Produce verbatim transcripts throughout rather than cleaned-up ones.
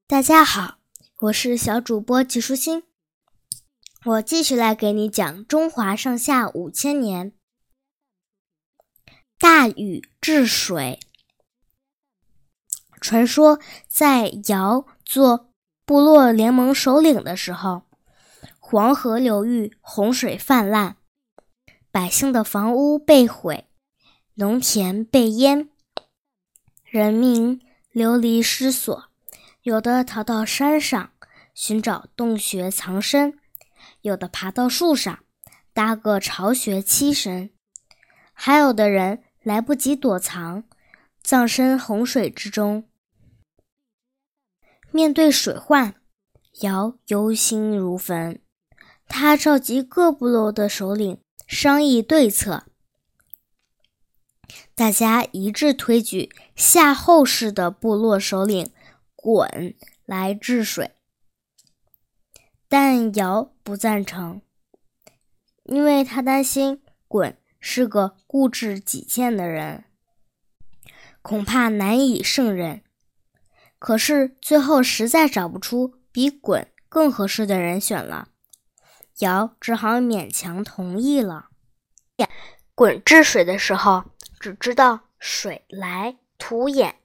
大家好，我是小主播季舒心，我继续来给你讲中华上下五千年。大禹治水。传说在尧做部落联盟首领的时候，黄河流域洪水泛滥，百姓的房屋被毁，农田被淹，人民流离失所，有的逃到山上寻找洞穴藏身，有的爬到树上搭个巢穴栖身，还有的人来不及躲藏，葬身洪水之中。面对水患，尧忧心如焚，他召集各部落的首领商议对策，大家一致推举夏后氏的部落首领鲧来治水，但尧不赞成，因为他担心鲧是个固执己见的人，恐怕难以胜任。可是最后实在找不出比鲧更合适的人选了，尧只好勉强同意了。鲧治水的时候只知道水来土掩，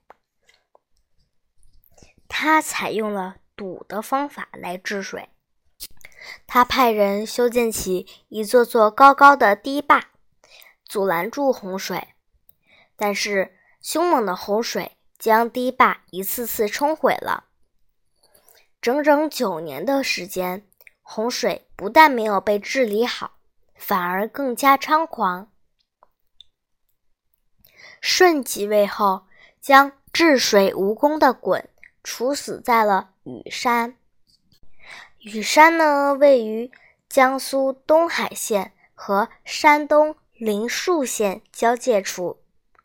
他采用了堵的方法来治水。他派人修建起一座座高高的堤坝，阻拦住洪水，但是凶猛的洪水将堤坝一次次冲毁了。整整九年的时间，洪水不但没有被治理好，反而更加猖狂。舜即位后，将治水无功的鲧处死在了禹山。禹山呢，位于江苏东海县和山东临沭县交界处。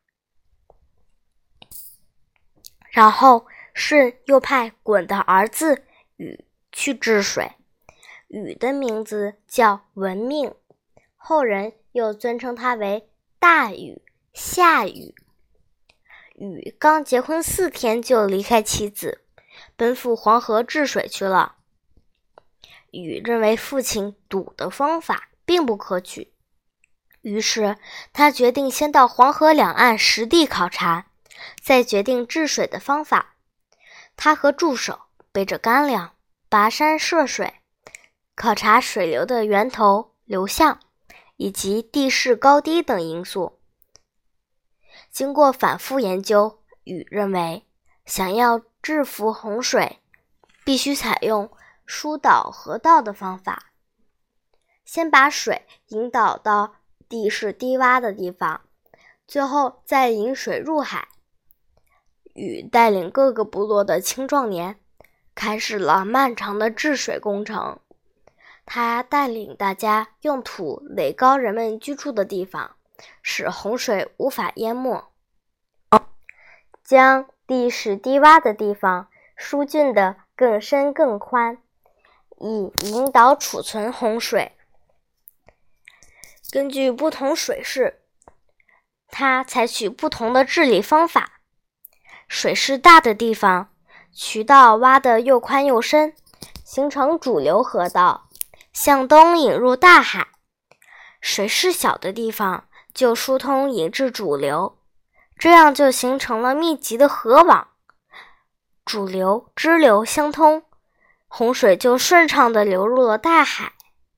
然后舜又派鲧的儿子禹去治水，禹的名字叫文命，后人又尊称他为大禹、夏禹。禹刚结婚四天就离开妻子，奔赴黄河治水去了。禹认为父亲堵的方法并不可取，于是他决定先到黄河两岸实地考察，再决定治水的方法。他和助手背着干粮，跋山涉水，考察水流的源头、流向以及地势高低等因素。经过反复研究，禹认为想要制服洪水，必须采用疏导河道的方法，先把水引导到地势低洼的地方，最后再引水入海。禹带领各个部落的青壮年，开始了漫长的治水工程。他带领大家用土垒高人们居住的地方，使洪水无法淹没，将地势低洼的地方疏浚得更深更宽，以引导储存洪水。根据不同水势，他采取不同的治理方法。水势大的地方，渠道挖得又宽又深，形成主流河道，向东引入大海。水势小的地方就疏通引至主流，这样就形成了密集的河网，主流、支流相通，洪水就顺畅地流入了大海。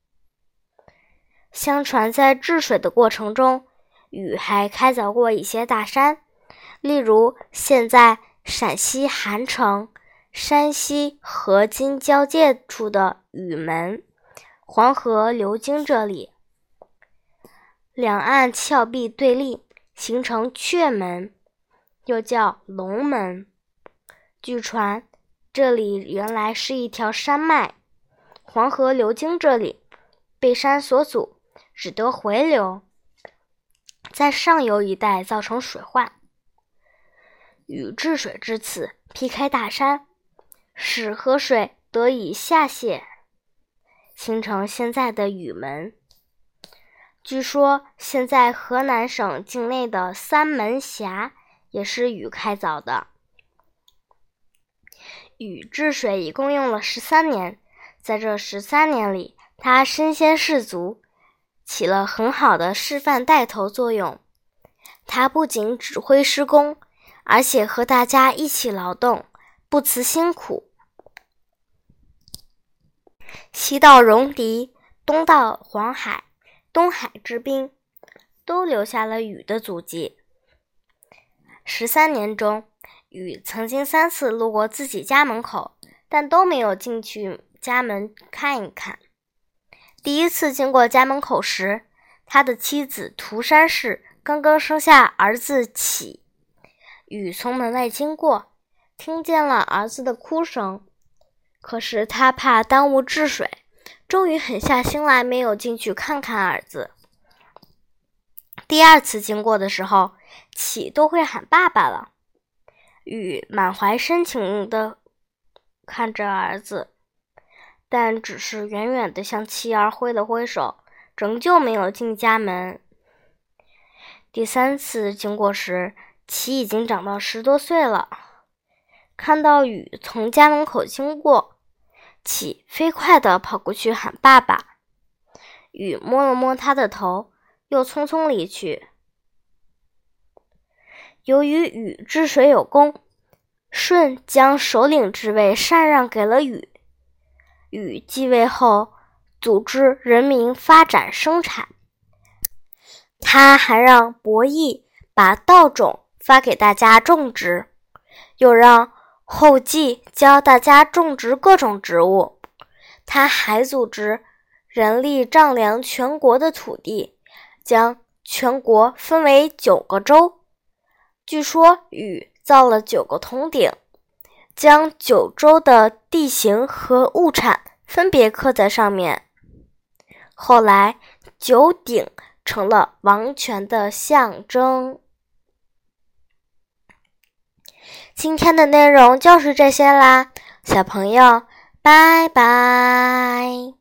相传在治水的过程中，禹还开凿过一些大山，例如现在陕西韩城、山西河津交界处的禹门，黄河流经这里，两岸峭壁对立，形成阙门，又叫龙门。据传这里原来是一条山脉，黄河流经这里，被山所阻，只得回流，在上游一带造成水患。禹治水至此，劈开大山，使河水得以下泄，形成现在的禹门。据说现在河南省境内的三门峡也是禹开凿的。 禹治水一共用了十三年，在这十三年里，他身先士卒，起了很好的示范带头作用。他不仅指挥施工，而且和大家一起劳动，不辞辛苦。西到戎狄，东到黄海，东海之滨，都留下了禹的足迹。十三年中，禹曾经三次路过自己家门口，但都没有进去家门看一看。第一次经过家门口时，他的妻子涂山氏刚刚生下儿子启。禹从门外经过，听见了儿子的哭声，可是他怕耽误治水，终于狠下心来，没有进去看看儿子。第二次经过的时候，启都会喊爸爸了。禹满怀深情地看着儿子，但只是远远地向妻儿挥了挥手，仍旧没有进家门。第三次经过时，启已经长到十多岁了。看到禹从家门口经过，启飞快地跑过去喊爸爸。禹摸了摸他的头，又匆匆离去。由于禹治水有功，舜将首领之位禅让给了禹。禹继位后，组织人民发展生产。他还让伯益把稻种发给大家种植，又让后稷教大家种植各种植物。他还组织人力丈量全国的土地，将全国分为九个州。据说禹造了九个铜鼎，将九州的地形和物产分别刻在上面。后来，九鼎成了王权的象征。今天的内容就是这些啦，小朋友，拜拜。